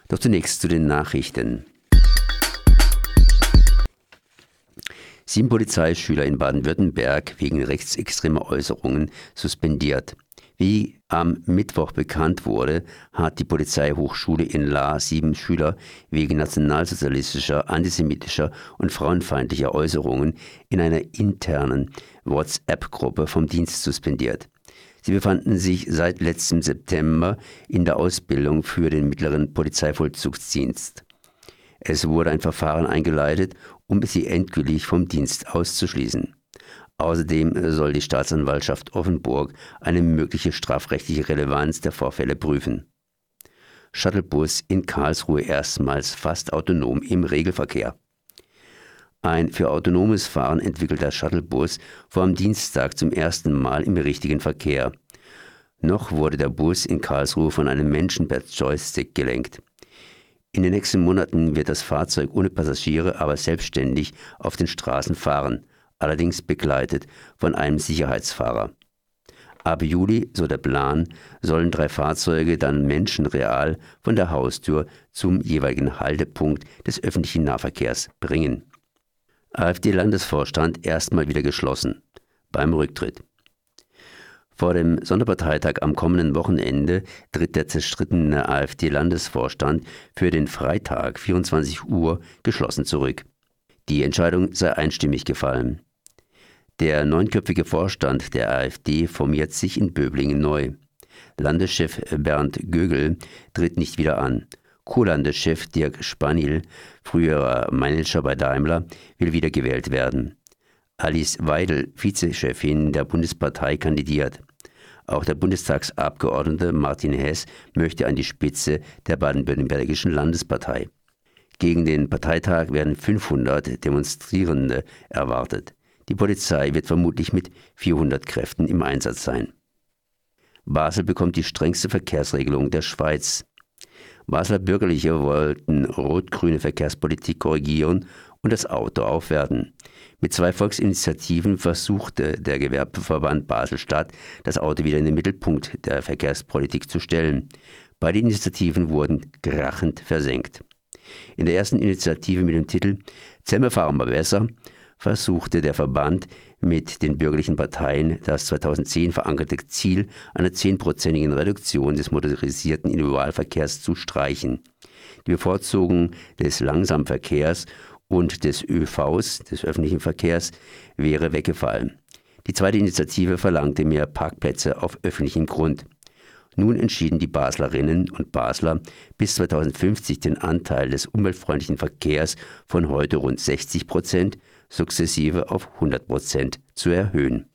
Doch zunächst zu den Nachrichten. 7 Polizeischüler in Baden-Württemberg wegen rechtsextremer Äußerungen suspendiert. Wie am Mittwoch bekannt wurde, hat die Polizeihochschule in Lahr 7 Schüler wegen nationalsozialistischer, antisemitischer und frauenfeindlicher Äußerungen in einer internen WhatsApp-Gruppe vom Dienst suspendiert. Sie befanden sich seit letztem September in der Ausbildung für den mittleren Polizeivollzugsdienst. Es wurde ein Verfahren eingeleitet, um sie endgültig vom Dienst auszuschließen. Außerdem soll die Staatsanwaltschaft Offenburg eine mögliche strafrechtliche Relevanz der Vorfälle prüfen. Shuttlebus in Karlsruhe erstmals fast autonom im Regelverkehr. Ein für autonomes Fahren entwickelter Shuttlebus fuhr am Dienstag zum ersten Mal im richtigen Verkehr. Noch wurde der Bus in Karlsruhe von einem Menschen per Joystick gelenkt. In den nächsten Monaten wird das Fahrzeug ohne Passagiere, aber selbstständig auf den Straßen fahren, allerdings begleitet von einem Sicherheitsfahrer. Ab Juli, so der Plan, sollen 3 Fahrzeuge dann menschenreal von der Haustür zum jeweiligen Haltepunkt des öffentlichen Nahverkehrs bringen. AfD-Landesvorstand erstmal wieder geschlossen, beim Rücktritt. Vor dem Sonderparteitag am kommenden Wochenende tritt der zerstrittene AfD-Landesvorstand für den Freitag 24 Uhr geschlossen zurück. Die Entscheidung sei einstimmig gefallen. Der 9-köpfige Vorstand der AfD formiert sich in Böblingen neu. Landeschef Bernd Gögel tritt nicht wieder an. Co-Landeschef Dirk Spanil, früherer Manager bei Daimler, will wiedergewählt werden. Alice Weidel, Vizechefin der Bundespartei, kandidiert. Auch der Bundestagsabgeordnete Martin Hess möchte an die Spitze der baden-württembergischen Landespartei. Gegen den Parteitag werden 500 Demonstrierende erwartet. Die Polizei wird vermutlich mit 400 Kräften im Einsatz sein. Basel bekommt die strengste Verkehrsregelung der Schweiz. Basler Bürgerliche wollten rot-grüne Verkehrspolitik korrigieren und das Auto aufwerten. Mit 2 Volksinitiativen versuchte der Gewerbeverband Basel-Stadt, das Auto wieder in den Mittelpunkt der Verkehrspolitik zu stellen. Beide Initiativen wurden krachend versenkt. In der ersten Initiative mit dem Titel »Zemme fahren wir besser« versuchte der Verband mit den bürgerlichen Parteien das 2010 verankerte Ziel einer 10%igen Reduktion des motorisierten Individualverkehrs zu streichen. Die Bevorzugung des Langsamverkehrs und des ÖVs, des öffentlichen Verkehrs, wäre weggefallen. Die zweite Initiative verlangte mehr Parkplätze auf öffentlichem Grund. Nun entschieden die Baslerinnen und Basler, bis 2050 den Anteil des umweltfreundlichen Verkehrs von heute rund 60% sukzessive auf 100% zu erhöhen.